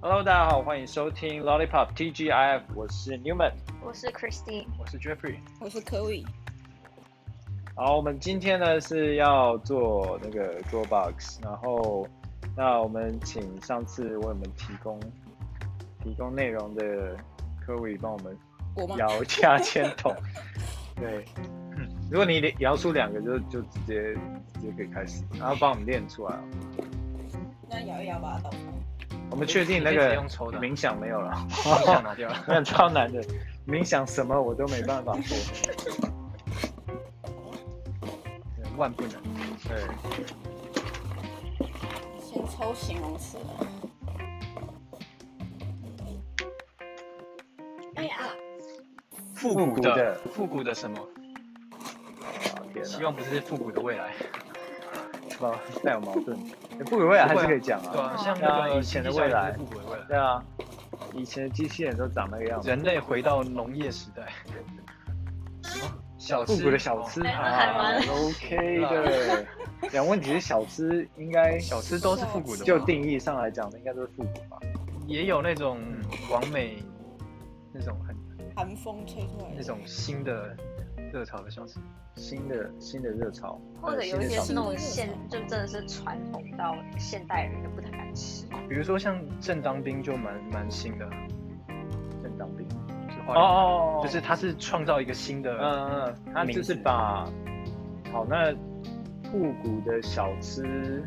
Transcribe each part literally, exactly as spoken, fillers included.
Hello， 大家好，欢迎收听 Lollipop T G I F， 我是 Newman， 我是 Christine， 我是 Jeffrey， 我是 Chloe。 好，我们今天呢是要做那个 Dropbox， 然后那我们请上次为我们提供提供内容的 Chloe 帮我们摇加签筒。对，嗯，如果你摇出两个就就直接直接可以开始，然后帮我们练出来。 那摇一摇把它倒出来。 我们确定那个冥想没有了， 冥想拿掉了， 那超难的，冥想什么我都没办法做， 万不能。 对， 先抽形容词。哎呀， 复古的，复古的什么？希望不是复古的未来。 不，带有矛盾。复古未来还是可以讲啊， 对啊，像那个以前的未来， 复古的未来， 对啊，以前的机器人都长那个样子。 人类回到农业时代，小复古的小吃啊 ，OK 的。两问题是小吃应该小吃都是复古的， 就定义上来讲，应该都是复古吧。 也有那种完美那种很寒风吹出来那种新的热潮的小吃。 新的新的热潮， 或者有一些是那种现就真的是传统到现代人就不太敢吃。 比如说像正当兵就蛮蛮新的， 正当兵哦哦，就是他是创造一个新的， 嗯嗯，他就是把好那复古的小吃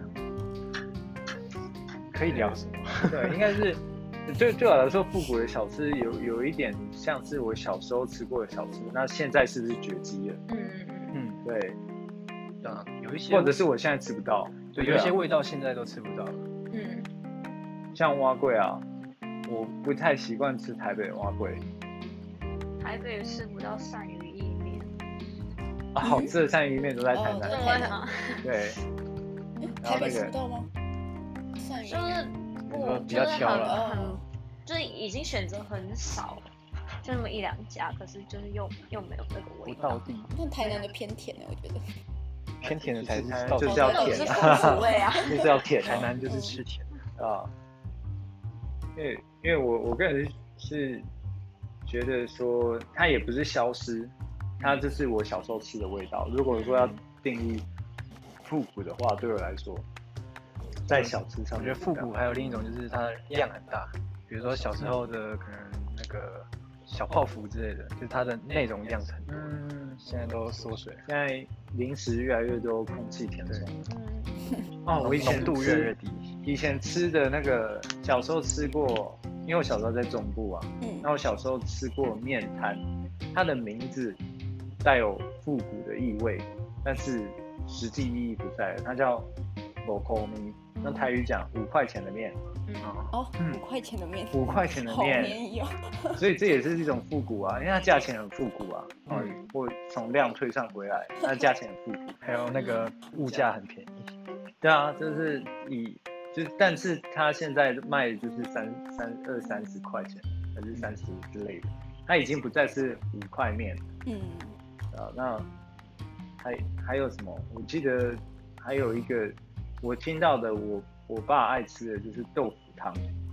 可以聊什么？ 对，应该是对对我来说，复古的小吃有有一点像是我小时候吃过的小吃，那现在是不是绝迹了？ 嗯嗯，对， 啊，有一些， 或者是我现在吃不到， 对，有一些味道现在都吃不到了。 嗯， 像蛙粿啊，我不太习惯吃台北的蛙粿。 台北吃不到鳝鱼意面。 啊，好吃的鳝鱼意面都在台南。对。 台北吃不到吗？鳝鱼就是我比较挑了， 就是已经选择很少了。就那么一两家，可是就是又又没有那个味道。 不到地。 那台南的偏甜呢？我觉得。 偏甜的才是就是要甜， 口味啊， 就是要甜。 台南就是吃甜啊。因为因为我我个人是觉得说，它也不是消失，它就是我小时候吃的味道。如果说要定义复古的话，对我来说，在小吃上， 我觉得复古还有另一种就是它的量很大，比如说小时候的可能那个。小泡芙之类的，就是它的内容量很多，嗯，现在都缩水。 现在零食越来越多，空气填充。 嗯， 哦，我以前浓度越来越低。 以前吃的那个，小时候吃过，因为我小时候在中部啊，嗯，那我小时候吃过面摊，它的名字带有复古的意味，但是实际意义不在了，它叫五块面，那台语讲五块钱的面。 嗯、哦，五块钱的面， 五块钱的面， 好便宜哦。 所以这也是一种复古啊，因为它价钱很复古啊，嗯，或从量推上回来，它价钱很复古， 还有那个物价很便宜。 对啊，就是以就是，但是它现在卖的就是三三二三十块钱，还是三十之类的，它已经不再是五块面。嗯，啊，那还还有什么？我记得还有一个我听到的我。我爸爱吃的就是豆腐汤，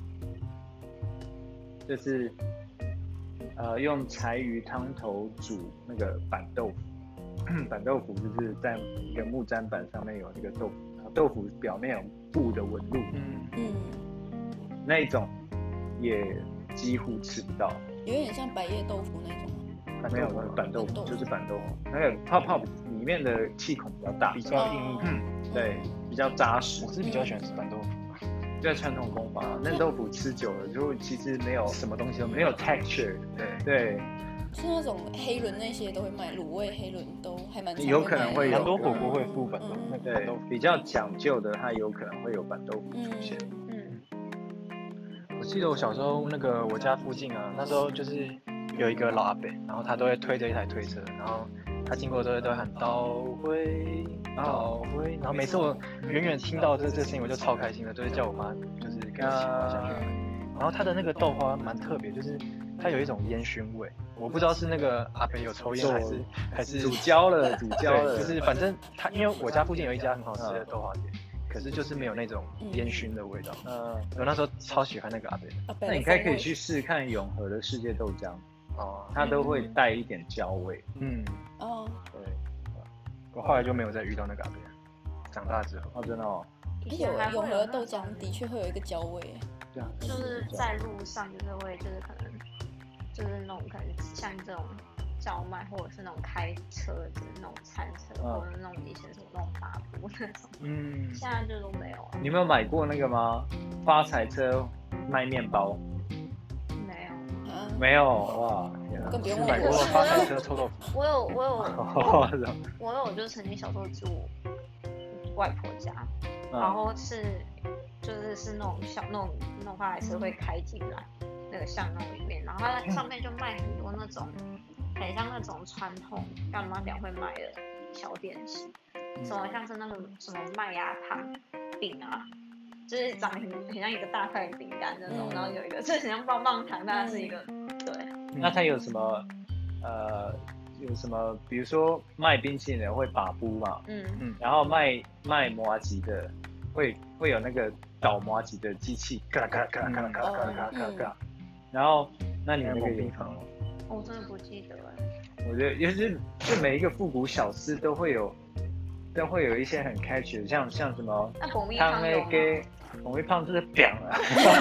就是呃用柴鱼汤头煮那个板豆腐，板豆腐就是在一个木砧板上面有那个豆腐，豆腐表面有布的纹路，嗯嗯，那一种也几乎吃不到， 有点像百叶豆腐那种。 没有，板豆腐就是板豆腐，那个泡泡里面的气孔比较大， 比较硬， 嗯，对。比较扎实， 我是比较喜欢吃板豆腐。 在传统工法，嫩豆腐吃久了就其实没有什么东西都没有 texture， 对对。 是那种黑轮那些都会卖，卤味黑轮都还蛮有可能会有， 很多火锅会附板豆腐，那个对比较讲究的，它有可能会有板豆腐出现。 嗯， 我记得我小时候那个我家附近啊，那时候就是有一个老阿伯，然后他都会推着一台推车，然后。他经过之后都会喊倒回倒回，然后每次我远远听到这这声音，我就超开心的，就会叫我妈就是跟我一起跑下去。然后他的那个豆花蛮特别，就是它有一种烟熏味，我不知道是那个阿伯有抽烟还是还是煮焦了，煮焦了， 就是反正他因为我家附近有一家很好吃的豆花店， 可是就是没有那种烟熏的味道。 嗯， 我那时候超喜欢那个阿贝的。 阿贝那你应该可以去试试看永和的世界豆浆， 哦， 它都会带一点焦味。 嗯， 哦， 对， 我后来就没有再遇到那个阿贝了。长大之后， 哦，真的哦。 以有前还会有永和豆那种浆的确会有一个焦味。 对啊， 就是在路上就是会就是可能就是那种可能像这种叫卖或者是那种开车的那种餐车， 嗯或者那种以前是那种马布那种， 嗯， 现在就都没有了。 你有没有买过那个吗？发财车卖面包？ 没有， 啊， 没有哇，天啊更不用买过问我。 发财车臭豆腐。 我有我有哦我有就是曾经小时候住外婆家，然嗯后是就是是那种小那种那种发财车会开进来那个巷弄里面，然后它上面就卖很多那种很像那种传统干妈店会卖的小点心，什么像是那种什么麦芽糖饼啊，就是长得很很像一个大块饼干那种， 嗯然后有一个就是很像棒棒糖，但它是一个对。 那它有什么呃有什么？比如说卖冰淇淋的会把布嘛， 嗯， 然后卖卖麻吉的会会有那个倒麻吉的机器，嘎啦嘎啦嘎啦嘎啦嘎啦嘎啦嘎啦嘎啦嘎啦。然后那你那个有吗？ 我真的不记得哎。 我觉得就是就每一个复古小吃都会有都会有一些很 catchy 的，像像什么那蜂蜜汤汤有吗？ 那个红味胖就是扁了，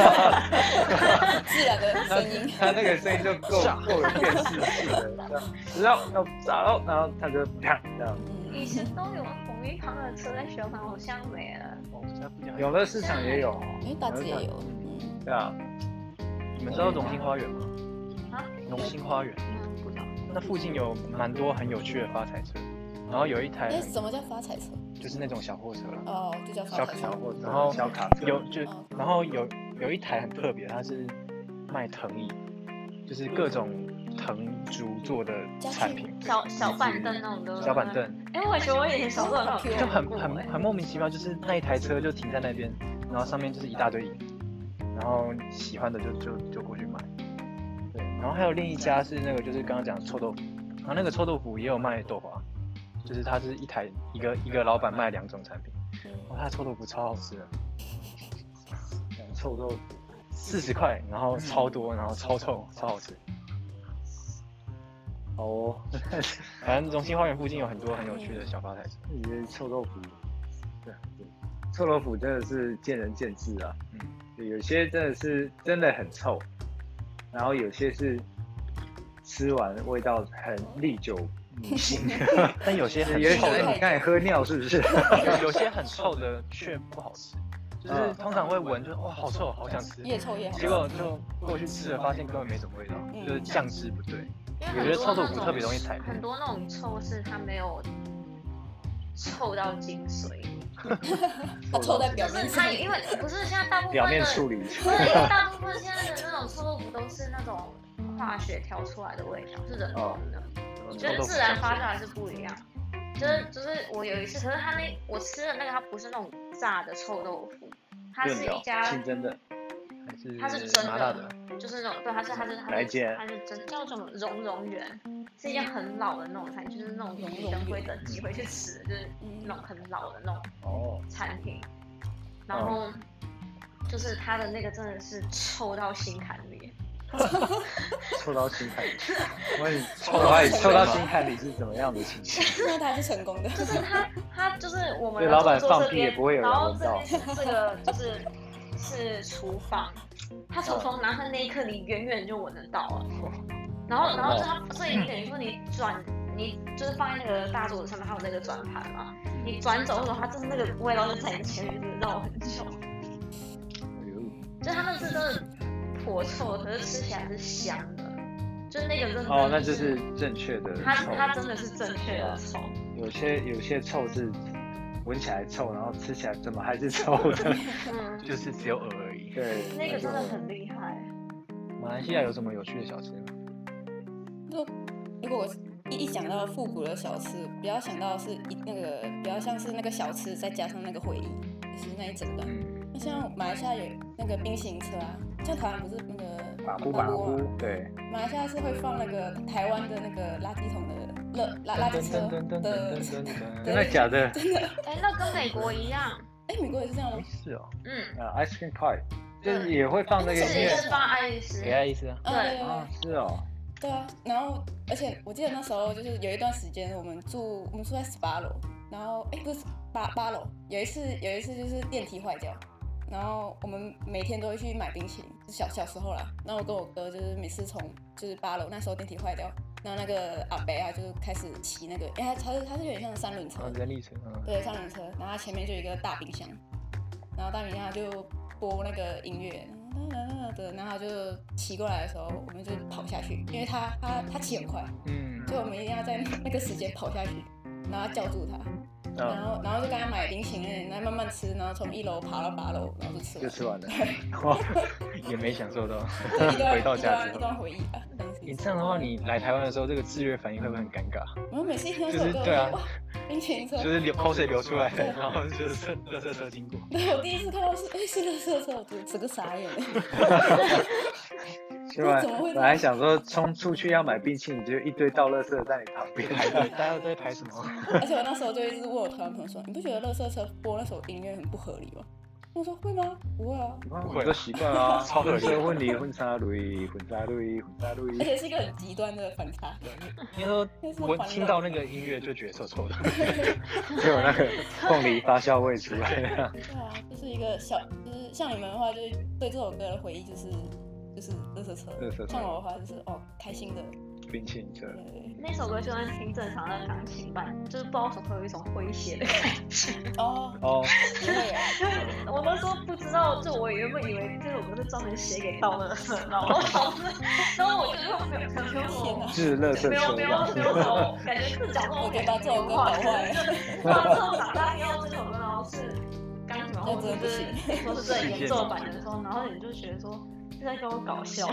自然的他声音。 他那个声音就够够有辨识性的，这样，然后要找，然后他就啪这样。 以前都有蜂蜜汤的车在学校好像没了。 永乐市场也有， 因为大致也有，嗯， 对啊， 你们知道荣兴花园吗？ 啊？ 荣兴花园， 嗯，不知道。 那附近有蛮多很有趣的发财车，然后有一台哎，什么叫发财车？ 就是那种小货车啦， 哦，就叫发小财车小。货车， 然后小卡车， 有就然后有有一台很特别，它是卖藤椅，就是各种藤竹做的产品， 小小板凳那种的。 小板凳。 哎，我觉得我以前小时候有那种就很很很莫名其妙，就是那一台车就停在那边，然后上面就是一大堆椅，然后喜欢的就就就过去买。对，然后还有另一家是那个就是刚刚讲的臭豆腐，然后那个臭豆腐也有卖豆花，就是它是一台一个一个老板卖两种产品，哇，他的臭豆腐超好吃的， 臭豆腐， 四十块，然后超多，然后超臭，超好吃。 好哦， 反正荣兴花园附近有很多很有趣的小发财车。 你的臭豆腐，对，臭豆腐真的是见仁见智啊。 嗯， 对，有些真的是真的很臭，然后有些是吃完味道很历久弥新， 但有些很有些臭的， 人你刚才喝尿是不是？ 有有些很臭的却不好吃，就是通常会闻，就是哇好臭，好想吃， 越臭越好。 结果就过去吃了，发现根本没什么味道， 嗯就是酱汁不对。 因为我觉得臭豆腐很多那种特别容易踩雷很多那种臭是它没有臭到精髓， 它臭在表面上就是它。因为不是现在大部分表面的处理， 不是因为大部分现在的那种臭豆腐都是那种化学调出来的味道，是人工的，就是自然发下来是不一样。就是就是我有一次，可是他那我吃的那个它不是那种炸的臭豆腐，它是一家清真的， 还是它是真麻辣的，就是那种对，它是它是它是哪一间它是真叫什么蓉蓉园，是一间很老的那种餐厅，就是那种女生会等机会去吃的，就是那种很老的那种哦， 餐厅，然后就是它的那个真的是臭到心坎里。 臭到心坎里。我问你，臭到臭到心坎里是怎么样的情形？ 那他还是成功的。 就是他他就是我们对老板坐这放屁也边不会有人然后闻到这边是这个就是是厨房，他从从拿上那一刻你远远就闻得到了，然后然后就他所以你等于说你转你就是放在那个大桌子上面，还有那个转盘嘛，你转走的时候，它就是那个味道就在你前面就是绕很久，就是它那是真的颇臭，可是吃起来是香的，就是那个真的哦，那就是正确的它臭。 它真的是正确的臭。 有些有些臭是闻起来臭，然后吃起来怎么还是臭的？ 嗯， 就是只有饵而已。 对， 那个真的很厉害。 马来西亚有什么有趣的小吃吗？ 就如果我一一想到复古的小吃，比较想到的是一那个比较像是那个小吃再加上那个回忆，就是那一整段。 嗯， 那像马来西亚有那个冰淇淋车啊，像台湾不是那个把呼把呼，对， 马来西亚是会放那个台湾的那个垃圾桶的垃垃垃圾车的， 真的假的？ 哎，那跟美国一样， 哎，美国也是这样吗？ 是哦， 嗯， 啊 ，ice cream pie 就是也会放那个音乐是也是放爱丽丝， 给爱丽丝啊， 啊，对对啊， 对。 是哦， 对啊，然后而且我记得那时候就是有一段时间我们住我们住在十八楼，然后哎不是八八楼，有一次有一次就是电梯坏掉，然后我们每天都会去买冰淇淋，小小时候啦。然后我跟我哥就是每次从就是八楼那时候电梯坏掉，然后那个阿伯啊就是开始骑那个，因为他他是他是有点像三轮车， 人力车，嗯， 对，三轮车，然后他前面就有一个大冰箱，然后大冰箱就播那个音乐。的，然后他就骑过来的时候，我们就跑下去，因为他他他骑很快， 嗯， 所以我们一定要在那个时间跑下去，然后叫住他，然后然后就跟他买冰淇淋，然后慢慢吃，然后从一楼爬到八楼，然后就吃完， 就吃完了， 也没享受到， 一段回到家一之后。 段回忆啊。 你这样的话，你来台湾的时候，这个制约反应会不会很尴尬？ 我们每次一听到这首歌， 就是对啊哇，冰淇淋车， 就是流口水流出来，然后就是垃圾车经过。 对我第一次看到是哎是垃圾车，我整个傻眼。 是吧？ 怎么会这样本来想说冲出去要买冰淇淋，就一堆倒垃圾在你旁边， 排队，大家都在排什么？ 而且我那时候就一直问我台湾朋友说，你不觉得垃圾车播那首音乐很不合理吗？我说会吗？不会啊， 我都习惯啊， 超合理混混离混沙雷，混沙雷，混沙而雷。 且是一个很极端的反差。 应该说，我就是欢乐听到那个音乐就觉得臭臭的。 就有那个凤梨发酵味出来。 对啊，就是一个小，就是像你们的话，就是对这首歌的回忆就是就是垃圾车， 垃圾车像我的话就是哦开心的， 冰淇淋车， 对对对。 那首歌就算听正常的钢琴版，就是不知道为什么会有一种诙谐的感觉。 哦， 哦， 不会啊， 我那时候不知道，就我原本以为这首歌是专门写给倒垃圾，然后然后我就没有没有没有天哪治垃圾没有没有车一样。 没有什么感觉自讲那种我觉得把这首歌搞坏了。 然后之后长大听到这首歌，然后是钢琴版或者是那真的不行或是这演奏版的时候，然后你就觉得说是在跟我搞笑，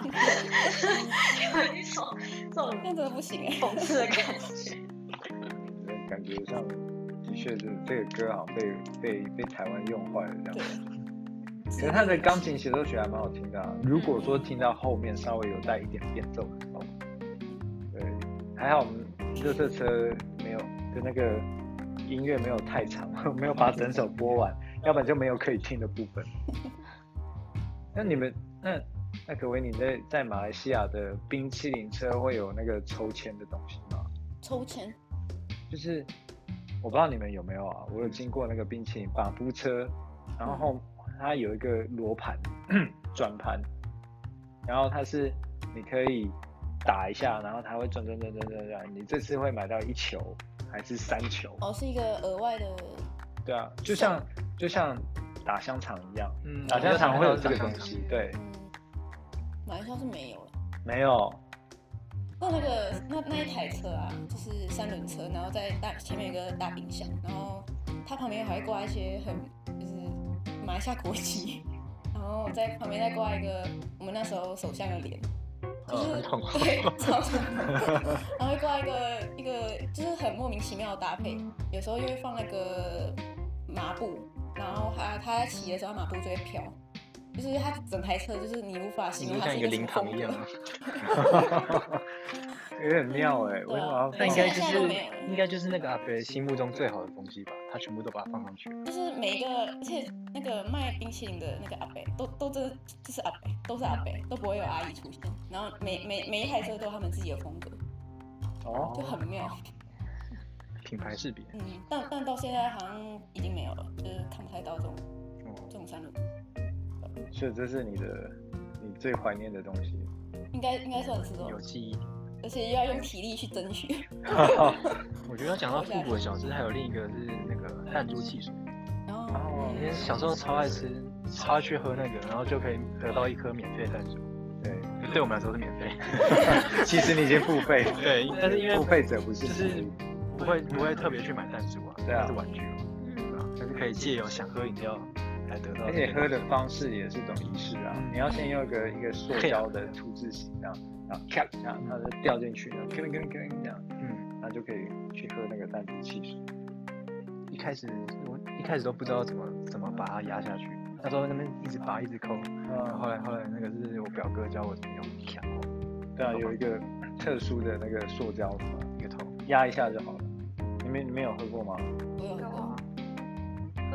有一种这种那真的不行哎。 讽刺的感觉。 感觉上的确是这个歌好像被被被台湾用坏了这样。可是他的钢琴协奏曲还蛮好听的、啊。如果说听到后面稍微有带一点变奏的时候，对，还好我们热车车没有的那个音乐没有太长，没有把整首播完，要不然就没有可以听的部分。那你们那那可维你在在马来西亚的冰淇淋车会有那个抽签的东西吗？ 抽签， 就是我不知道你们有没有啊，我有经过那个冰淇淋把布车，然后后它有一个罗盘转盘，然后它是你可以打一下，然后它会转转转转转转，你这次会买到一球还是三球？ 哦，是一个额外的， 对啊，就像就像打香肠一样， 嗯打香肠会有这个东西，对， 嗯，马来西亚是没有了。 没有， 那那个那那一台车啊，就是三轮车，然后在大前面有个大冰箱，然后它旁边还会挂一些很就是马来西亚国旗，然后在旁边再挂一个我们那时候首相的脸，就是、 传统对超传统，然后会挂一个一个就是很莫名其妙的搭配，有时候又会放那个麻布，然后他他在骑的时候麻布就会飘。就是它整台车，就是你无法形容它是像一个灵一个什么风堂一样格。 有点妙哎、欸，为什么要那应该就是现在都没有了应该就是那个阿飞心目中最好的东西吧，他全部都把它放上去。 就是每一个，而且那个卖冰淇淋的那个阿伯，都都真的就是阿伯，都是阿伯，都不会有阿姨出现。然后每每每一台车都有他们自己的风格， 哦就很妙。 品牌识别。 嗯，但但到现在好像已经没有了，就是看不太到这种这种三轮， 所以这是你的你最怀念的东西。 应该应该算是哦有，记忆。 而且又要用体力去争取。 我觉得讲到复古的小吃，还有另一个是那个弹珠汽水。 然后哦因为小时候超爱吃，超爱去喝那个，然后就可以得到一颗免费弹珠。 对， 对我们来说是免费。 其实你已经付费， 对，但是因为付费者不是就是不会不会特别去买弹珠啊， 对啊它是玩具嘛，对吧？但是可以借由想喝饮料来得到。 而且喝的方式也是种仪式啊，你要先用一个一个塑胶的凸字形这样，然后咔这样，它就掉进去，然后咔咔咔这样， 嗯， 然后就可以去喝那个弹珠汽水。 一开始我一开始都不知道怎么怎么把它压下去，那时候那边一直拔一直抠，然后后来后来那个是我表哥教我怎么用卡， 对啊，有一个特殊的那个塑胶什么一个头。 压一下就好了。你们你们有喝过吗？ 我有喝过， 可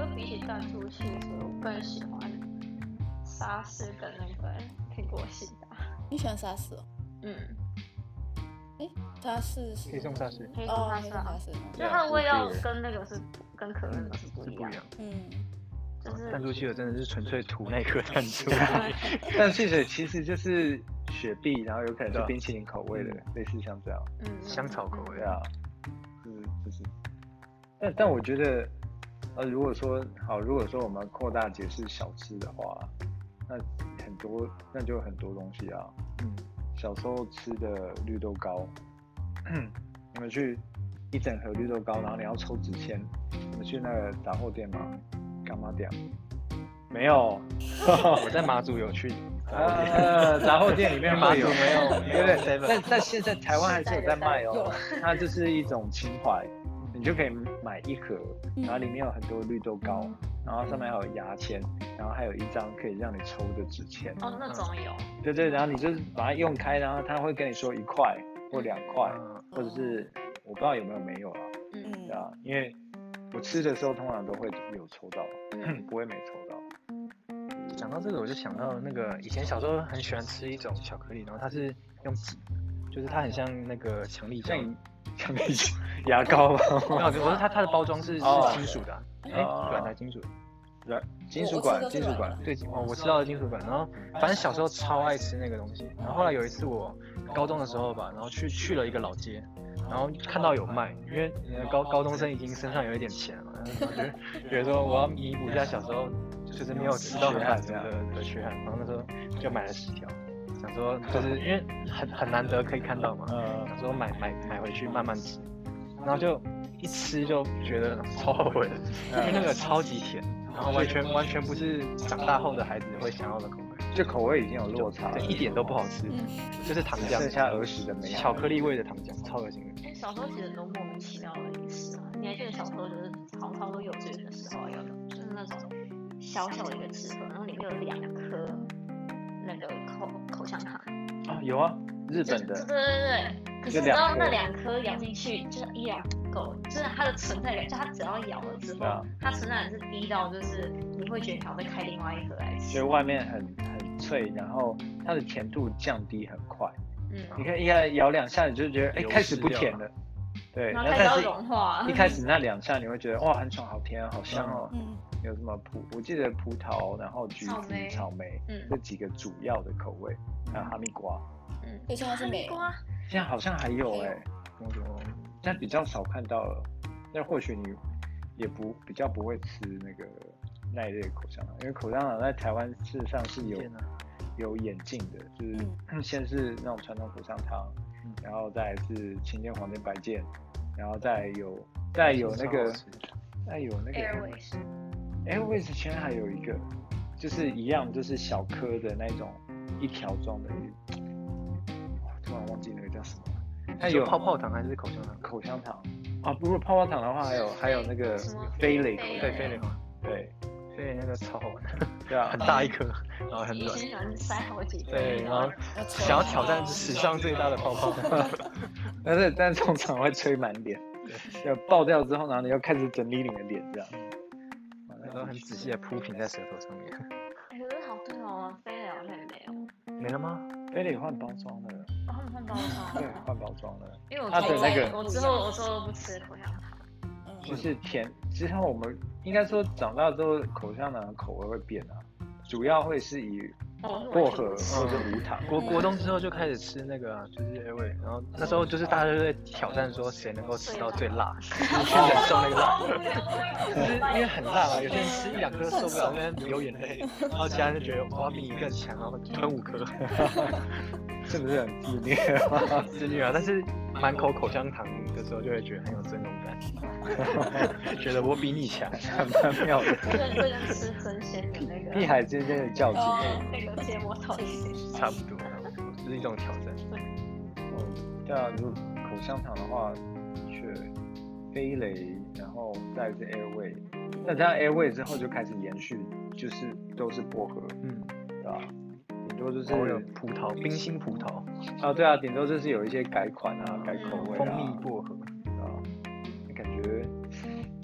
觉得比起弹珠汽车，我更喜欢沙士跟那个苹果西打。 你喜欢沙士哦？ 嗯， 哎，沙士是可以送沙士， 可以送哦， 沙士啊黑松沙，士， 就它的味道跟那个是跟可乐那个是不一样， 是不一样。 嗯， 就是弹珠汽车真的是纯粹涂那颗弹珠， 但汽水其实就是雪碧，然后有可能是对啊冰淇淋口味的，类似像这样。 嗯香草口味对啊，就是就是，但但我觉得，呃，如果说好，如果说我们扩大解释小吃的话，那很多那就很多东西啊。 嗯， 小时候吃的绿豆糕，你们去一整盒绿豆糕，然后你要抽纸签，你们去那个杂货店吗？干嘛店？没有， 我在马祖有去呃，杂货店里面会有， 没有， 对不对？但但现在台湾还是有在卖哦，它就是一种情怀，你就可以买一盒，然后里面有很多绿豆糕，然后上面还有牙签，然后还有一张可以让你抽的纸签。 哦，那种有， 对对，然后你就是把它用开，然后他会跟你说一块或两块， 嗯或者是我不知道有没有没有啊， 嗯对啊，因为我吃的时候通常都会有抽到， 嗯不会没抽到。 讲到这个，我就想到那个以前小时候很喜欢吃一种巧克力，然后它是用挤，就是它很像那个强力胶， 像那种牙膏吗？ 没有，我说它它的包装是是哦金属的，哎， 哦软的金属的， 软金属管， 我我吃金属管的是软， 对，哦，我知道的金属管。然后反正小时候超爱吃那个东西，然后后来有一次我高中的时候吧，然后去去了一个老街，然后看到有卖，因为呃高高中生已经身上有一点钱了嘛，然后就觉得说我要弥补一下小时候就是没有吃到很满足的的缺憾，然后那时候就买了十条，想说就是因为很很难得可以看到嘛， 呃， 想说买买买回去慢慢吃，然后就一吃就觉得超后悔的，因为那个超级甜，然后完全完全不是长大后的孩子会想要的口味， 就口味已经有落差了， 对，一点都不好吃，就是糖浆， 剩下儿时的美好。 巧克力味的糖浆，超恶心的。 因为小时候其实很多莫名其妙的零食啊，你还记得小时候就是好像差不多幼稚园的时候有的，就是那种小小的一个纸盒，然后里面有两颗那个口口香糖。 啊，有啊，日本的， 对对对对。可是你知道那两颗咬进去就是一两够，就是它的存在感，就它只要咬了之后， 啊、 它存在感是低到就是你会觉得你要再开另外一盒来吃。 所以外面很很脆，然后它的甜度降低很快。 嗯， 你看一下咬两下，你就觉得哎、欸、开始不甜了。对， 然后开始要融化。 一开始那两下你会觉得哇很爽，好甜，好香哦。 嗯， 有什么葡？我记得葡萄，然后橘子、草莓， 嗯， 这几个主要的口味，还有哈密瓜。 嗯， 对，现在是没有。 现在好像还有哎、欸，但比较少看到了。那或许你也不比较不会吃那个那一类口香糖，因为口香糖在台湾事实上是有有演进的，就是先是那种传统口香糖，然后再来是青天黄天白剑，然后再有再有那个再有那个 Airways，Airways 前面还有一个就是一样就是小颗的那种一条状的。突然忘记那个叫什么， 它有泡泡糖还是口香糖？ 口香糖啊，不是泡泡糖的话，还有还有那个飞蕾口， 对飞蕾口， 对， 飞蕾那个超好玩的， 对啊， 很大一颗，然后很软， 以前喜欢塞好几个， 对，然后想要挑战史上最大的泡泡， 但是但是通常会吹满脸，要爆掉之后，然后你又开始整理你的脸这样， 然后很仔细的铺平在舌头上面。 哎，可是好对哦，飞蕾好像也没有， 没了吗？ 飞蕾换包装了。 哦，他们换包装， 对，换包装了。 因为我它的那个， 我之后我之后都不吃口香糖。 就是甜，之后我们应该说长大之后口香糖的口味会变啊，主要会是以薄荷或者无糖。 国国中之后就开始吃那个、啊，就是 Airways，然后那时候就是大家都在挑战说谁能够吃到最辣，去忍受那个辣，就是因为很辣嘛，有些人吃一两颗受不了，那边流眼泪，然后其他人就觉得我要比你更强，然后吞五颗。 是不是很自虐？ 自虐啊！但是满口口香糖的时候，就会觉得很有尊荣感，觉得我比你强， 蛮妙的。 这跟这跟吃真鲜的那个屁孩之间的较劲， 那个芥末头差不多，就是一种挑战。 哦，对啊，如果口香糖的话，的确，飞蕾，然后再是 Airway， 那加 Airway 之后就开始延续，就是都是薄荷，嗯，对吧？顶多就是有葡萄，冰心葡萄啊，对啊，顶多就是有一些改款啊，改口味、啊， 蜂蜜薄荷啊，感觉如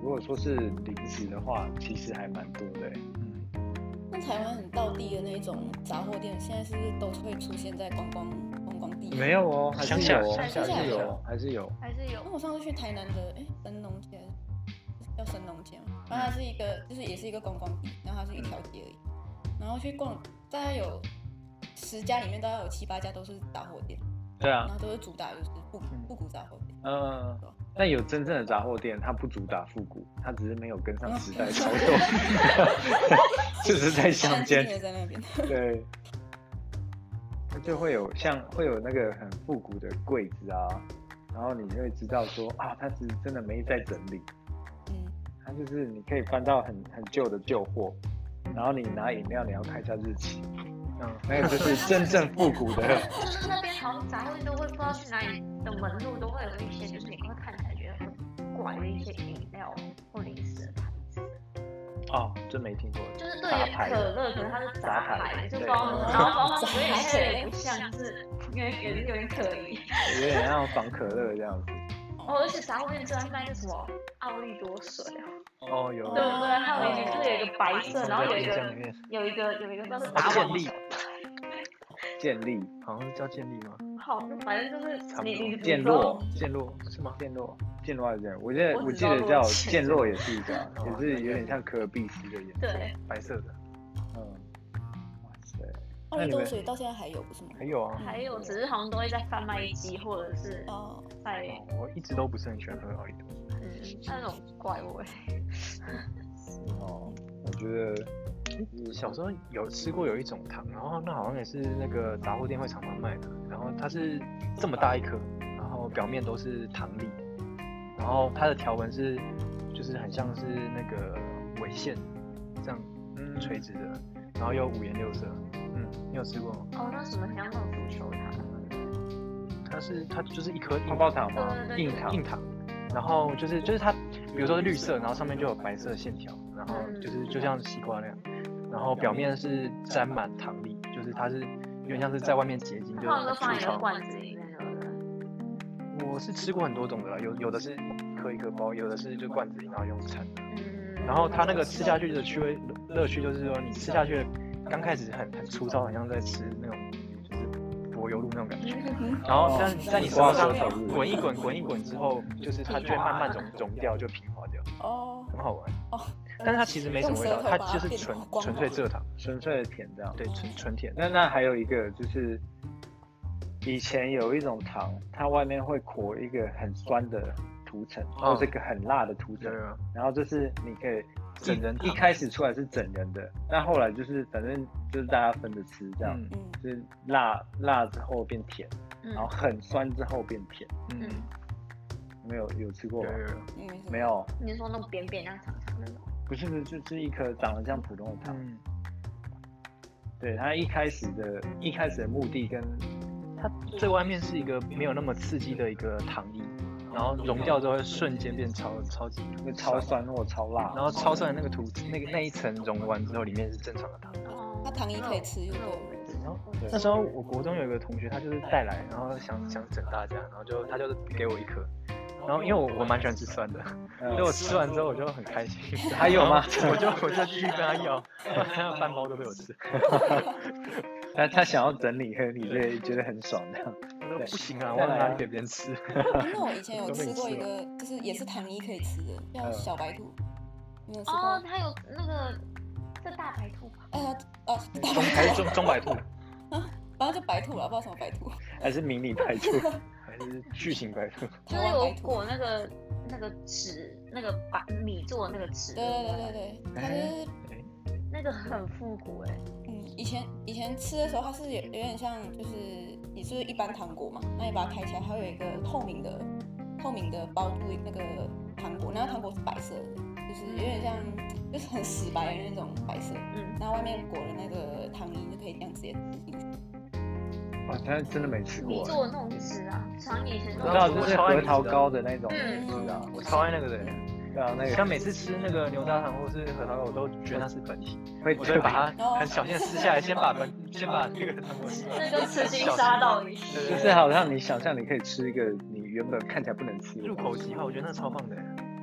如果说是零食的话，其实还蛮多的。 嗯， 那台湾很道地的那种杂货店，现在是不是都会出现在观光观光地？ 没有哦，还是乡下有哦， 乡下还是有有， 还是有。 还是有那我上次去台南的，哎，神农街，叫神农街嘛，然后它是一个，就是也是一个观光地，然后它是一条街而已，然后去逛，大概有十家里面大概有七八家都是杂货店， 对啊然，后都是主打就是复复古杂货店。 嗯，但有真正的杂货店，它不主打复古，它只是没有跟上时代潮流，就是在乡间安静的在那边。 对，它就会有像会有那个很复古的柜子啊，然后你会知道说啊，它是真的没在整理， 嗯， 它就是你可以翻到很很旧的旧货，然后你拿饮料你要看一下日期，嗯，那个就是真正复古的。 就是那边好像杂货店都会不知道去哪里的门路都会有一些，就是你会看起来觉得很怪的一些饮料或零食的牌子。 哦，真没听过。 就是对于杂牌可乐，可能它是杂牌， 牌就不知道， 对然后包括有点有点不像是，因为也是有点可疑。 有点像仿可乐这样子。 哦，而且杂货店最爱卖是什么奥利多水啊， 哦有， 对不对？还有一个就是有一个白色，然后有一个印象里面有一个有一个叫做哦打网健力球， 健力、 好像是叫健力吗？ 好，反正就是差不多你你健洛、 健洛是吗？ 健洛、健洛还是健洛？我记得我只我记得叫知道洛健洛也是一个啊， 哦也是有点像可尔必斯的颜色。 对， 白色的， 嗯，哇塞， 奥利多水到现在还有不是吗？ 还有啊， 还有只是好像都会在贩卖机或者是哦， 在我一直都不是很喜欢喝奥利多。 嗯那种怪味。 哦，我觉得小时候有吃过有一种糖，然后那好像也是那个杂货店会常常卖的，然后它是这么大一颗，然后表面都是糖粒，然后它的条纹是就是很像是那个纬线这样嗯垂直的，然后又五颜六色，嗯，你有吃过吗？ 哦，那什么像那种足球糖？ 它是它就是一颗硬泡泡糖吗？ 对对对硬糖。 硬糖，然后就是就是它，比如说是绿色，然后上面就有白色的线条，然后就是就像西瓜那样，然后表面是沾满糖粒，就是它是有点像是在外面结晶，就是他们都放粗糙。 在一个罐子里面，对不对？ 我是吃过很多种的啦，有有的是一颗一颗包，有的是就罐子里然后用掺的。 嗯。 然后它那个吃下去的趣味乐趣就是说，你吃下去刚开始很很粗糙，很像在吃那种就是柏油路那种感觉。然后在在你舌头上滚一滚滚一滚之后，就是它就会慢慢融融掉，就平滑掉， 哦很好玩。 哦， 但是它其实没什么味道， 用舌头它把它变就是纯光纯粹蔗糖， 纯粹的甜这样。 对，纯纯甜。 那那还有一个就是，以前有一种糖，它外面会裹一个很酸的涂层， 哦或是一个很辣的涂层， 对啊， 然后就是你可以整人糖一一开始出来是整人的，但后来就是反正就是大家分着吃这样， 嗯嗯， 就是辣辣之后变甜， 嗯然后很酸之后变甜。 嗯， 没有有吃过吗？ 有有有， 嗯没什么没有， 你是说那种扁扁那长长那种？ 不是不是，就是一颗长得像普通的糖。 嗯， 对，它一开始的一开始的目的跟它最外面是一个没有那么刺激的一个糖衣，然后融掉之后会瞬间变超超级那超酸或超辣， 然后超酸的那个涂那个那一层融完之后，里面是正常的糖。 哦它糖衣可以吃就对了。 然后那时候我国中有一个同学，他就是带来，然后想想整大家，然后就他就给我一颗，然后因为我我蛮喜欢吃酸的， 嗯所以我吃完之后我就很开心。 还有吗？ 我就我就继续跟他要，他半包都被我吃。 他他想要整理，和你这觉得很爽这样。 我说不行啊，我要拿给别人吃。 那我以前有吃过一个，就是也是糖衣可以吃的，叫小白兔。你有吃过哦， 吗？ 它有那个是大白兔吧？ 哎呀，哦， 中还是中中白兔， 反正就白兔了，不知道什么白兔。 还是迷你白兔， 还是巨型白兔？ 就是有裹那个那个纸，那个把米做的那个纸。 对对对对对，它是那个很复古哎。 嗯，以前以前吃的时候，它是有有点像，就是也是一般糖果嘛，那你把它开起来，它会有一个透明的透明的包住那个糖果，然后糖果是白色的，就是有点像就是很死白的那种白色， 嗯， 然后外面裹了那个糖衣，就可以这样直接吃进去。 哇，他真的没吃过。 你做的那种纸啊，常以前我知道，就是核桃糕的那种嗯纸啊， 我超爱那个的。 对啊，那个像每次吃那个牛轧糖或是核桃糕，我都觉得它是本体， 会我就会把它很小心的撕下来，先把本先把那个糖果撕。 那就吃金沙到底。 就是好像你想象你可以吃一个你原本看起来不能吃的入口即化，我觉得那超棒的。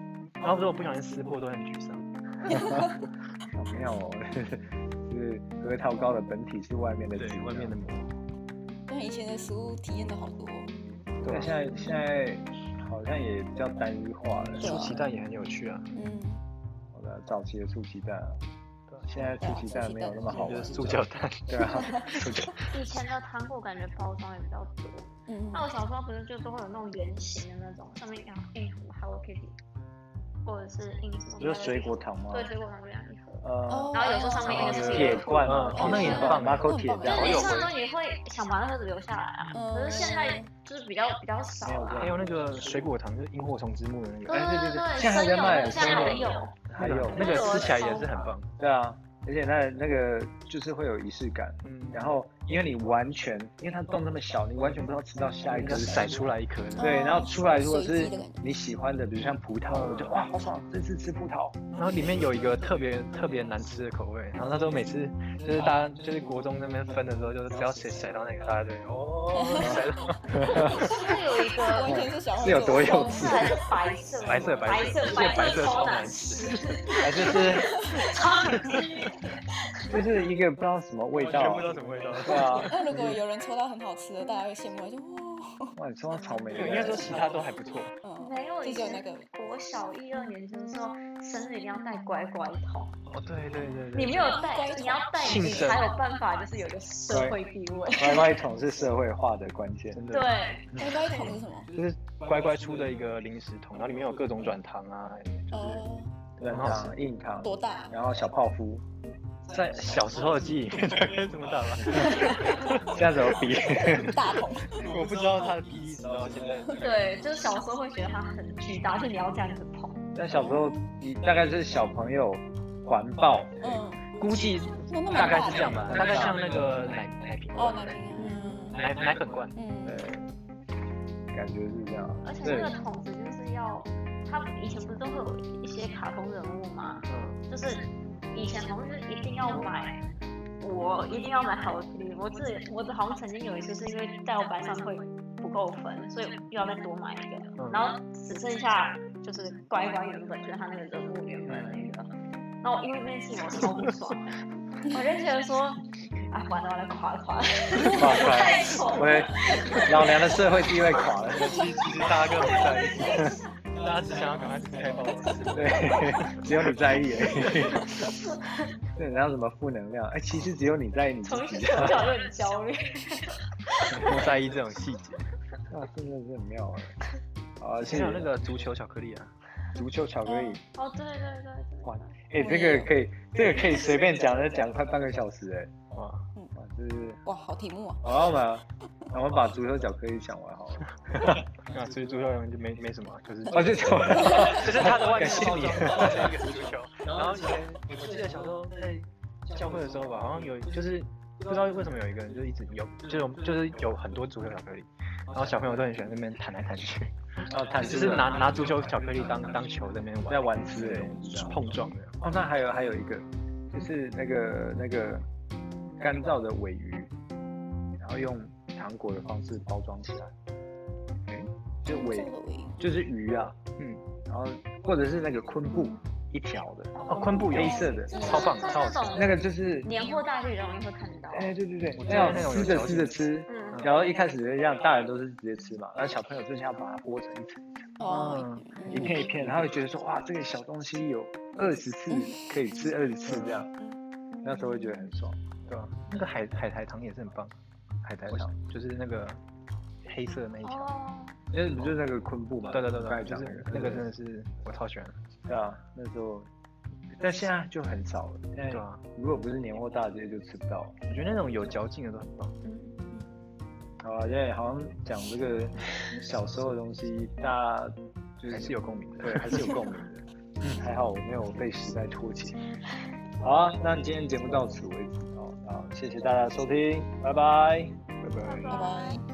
然后如果不小心撕破，都很沮丧。 好妙哦，就是核桃糕的本体是外面的对， 籽， 外面的膜。 但以前的食物体验都好多。 对，现在现在好像也比较单一化了。 出奇蛋也很有趣啊。 嗯。 好的，早期的出奇蛋啊。现在出奇蛋没有那么好玩， 就是塑胶蛋。 对啊，塑胶。 以前的糖果感觉包装也比较多。 嗯。 那我小时候不是就都会有那种圆形的那种，上面印印什么 Hello Kitty， 或者是印什么？ 就是水果糖吗？ 对，水果糖这样一盒。 呃， 然后有时候上面印的是铁罐啊， 哦，那个也很棒， 马口铁就是蛋。 你吃的时候你会想把那个留下来啊，可是现在就是比较比较少了。 还有那个水果糖，就是萤火虫之墓的那个。 对对对， 现在还在卖， 现在还有， 还有那个吃起来也是很棒。 对啊。而且那那个就是会有仪式感，嗯，然后因为你完全，因为它洞那么小，你完全不知道吃到下一颗是筛出来一颗， 对，然后出来如果是你喜欢的，比如像葡萄，我就哇好爽，这次吃葡萄， 然后里面有一个特别特别难吃的口味，然后那时候每次就是大家就是国中那边分的时候，就是只要谁筛到那个，大家就哦筛到， 是有一个完全是小是有多幼稚， 还是白色白色白色白色超难吃， 还就是超难吃。 就是一个不知道什么味道， 不知道什么味道。 对啊。 那如果有人抽到很好吃的，大家会羡慕，就哇。 哇，你抽到草莓的， 应该说其他都还不错。 嗯， 没有， 就有那个。 我小一二年级的时候，生日一定要带乖乖桶。 哦，对对对你没有带，你要带，你才有办法，就是有个社会地位。 乖乖桶是社会化的关键。 对。 乖乖桶是什么？ 就是乖乖出的一个零食桶，然后里面有各种软糖啊， 哦。 软糖、硬糖。 多大？ 然后小泡芙。 在小时候的记忆里面才可以这么大吧？ 这样怎么比？ 大桶。 我不知道它的比例，直到现在。 对，就是小时候会觉得它很巨大，就你要这样子捧。 但小时候，你大概是小朋友环抱， 嗯， 估计大概是这样吧，大概像那个奶奶瓶。 哦，奶瓶，嗯， 奶奶粉罐， 嗯， 对，感觉是这样。 而且那个桶子就是要，它以前不是都会有一些卡通人物吗？嗯，就是。以前好像是一定要买，我一定要买好吃。我自我好像曾经有一次是因为在我班上会不够分，所以又要再多买一个，然后只剩下就是乖乖原本就是他那个人物原本那个，然后因为那件事情我超不爽，我就觉得说，啊完了完了垮了垮了， 垮了， 太丑了， 对，老娘的社会地位垮了。 其实其实大家根本不在意。大家只想要赶快吃开包吃， 对，只有你在意而已。对，然后什么负能量？哎，其实只有你在意你自己。 从小就很焦虑。 不在意这种细节。 哇，真的是很妙哎。好， 还有那个足球巧克力啊， 足球巧克力。 哦，对对对对。 哇，哎，这个可以，这个可以随便讲，讲快半个小时哎。哇，哇，这是哇，好题目啊。 好嘛，那我们把足球巧克力讲完好了。 啊，所以足球就没没什么，就是哦，就走了， 就是它的外面包装包成一个足球。然后以前我记得小时候在教会的时候吧，好像有就是不知道为什么有一个人就一直有，就是就是有很多足球巧克力，然后小朋友都很喜欢在那边弹来弹去， 哦，弹就是拿拿足球巧克力当当球在那边玩， 在玩吃的碰撞的。 哦，那还有还有一个就是那个那个干燥的鲔鱼，然后用糖果的方式包装起来。就尾就是鱼啊，嗯，然后或者是那个昆布一条的， 哦，昆布黑色的， 超棒，超好吃。 那个就是年货大街容易会看到。 哎，对对对，那种撕着撕着吃，然后一开始就这样，大人都是直接吃嘛，然后小朋友就是要把它剥成一层一层， 哦， 一片一片，然后会觉得说哇，这个小东西有二十次可以吃二十次这样，那时候会觉得很爽，对吧？ 那个海海苔糖也是很棒， 海苔糖就是那个黑色的那一条。 因为不就是那个昆布嘛？ 对对对对， 刚才讲那个， 那个真的是我超喜欢的。 对啊，那时候，但现在就很少了。现在对啊， 如果不是年货大街就吃不到。 我觉得那种有嚼劲的都很棒。 好啊，现在好像讲这个小时候的东西，大家就是还是有共鸣的， 对，还是有共鸣的。还好我没有被时代脱节。好啊，那今天节目到此为止哦。好，谢谢大家收听，拜拜， 拜拜， 拜拜。